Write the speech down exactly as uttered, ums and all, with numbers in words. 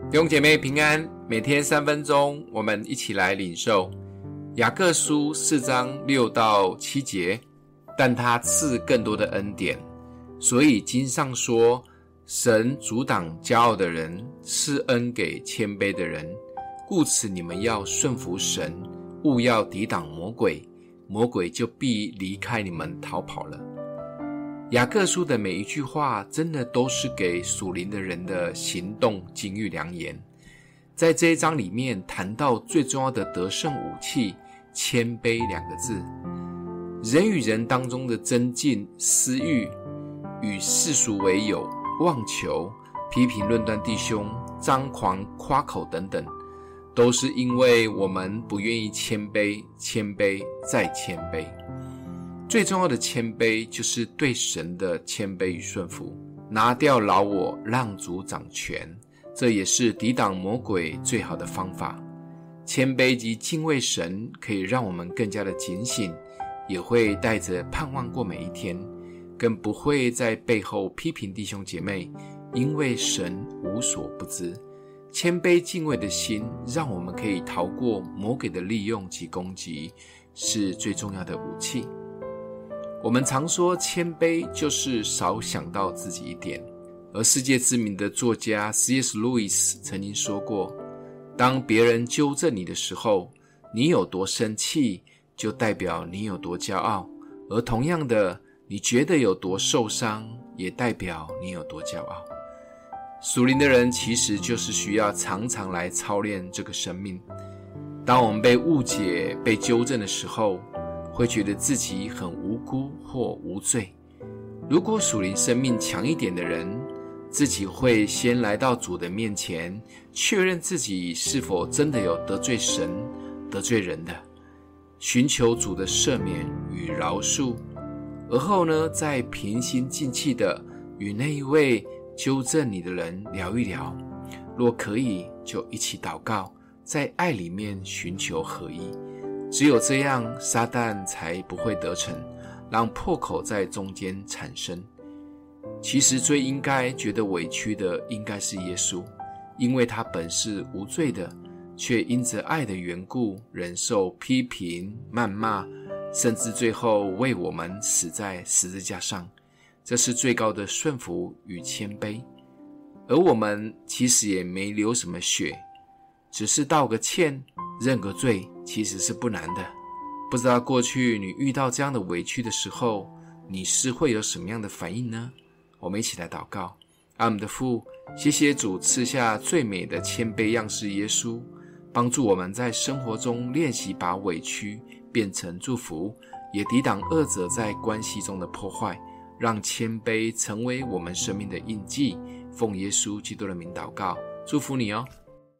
弟兄姐妹平安，每天三分钟，我们一起来领受雅各书四章六到七节。但他赐更多的恩典，所以经上说，神阻挡骄傲的人，赐恩给谦卑的人。故此你们要顺服神，务要抵挡魔鬼，魔鬼就必离开你们逃跑了。雅各书的每一句话真的都是给属灵的人的行动金玉良言。在这一章里面谈到最重要的得胜武器，谦卑两个字。人与人当中的争竞、私欲、与世俗为友、妄求、批评论断弟兄、张狂夸口等等，都是因为我们不愿意谦卑，谦卑再谦卑。最重要的谦卑就是对神的谦卑与顺服，拿掉老我，让主掌权，这也是抵挡魔鬼最好的方法。谦卑及敬畏神可以让我们更加的警醒，也会带着盼望过每一天，更不会在背后批评弟兄姐妹，因为神无所不知。谦卑敬畏的心让我们可以逃过魔鬼的利用及攻击，是最重要的武器。我们常说谦卑就是少想到自己一点，而世界知名的作家 C S 路易斯曾经说过，当别人纠正你的时候，你有多生气就代表你有多骄傲，而同样的，你觉得有多受伤也代表你有多骄傲。属灵的人其实就是需要常常来操练这个生命。当我们被误解、被纠正的时候，会觉得自己很无辜或无罪。如果属灵生命强一点的人，自己会先来到主的面前，确认自己是否真的有得罪神、得罪人的，寻求主的赦免与饶恕，而后呢，再平心静气的与那一位纠正你的人聊一聊，若可以就一起祷告，在爱里面寻求合一。只有这样，撒旦才不会得逞，让破口在中间产生。其实最应该觉得委屈的应该是耶稣，因为他本是无罪的，却因着爱的缘故忍受批评、谩骂，甚至最后为我们死在十字架上。这是最高的顺服与谦卑。而我们其实也没流什么血，只是道个歉，认个罪，其实是不难的。不知道过去你遇到这样的委屈的时候，你是会有什么样的反应呢？我们一起来祷告。爱我们的父，谢谢主赐下最美的谦卑样式耶稣，帮助我们在生活中练习把委屈变成祝福，也抵挡恶者在关系中的破坏，让谦卑成为我们生命的印记。奉耶稣基督的名祷告，祝福你哦。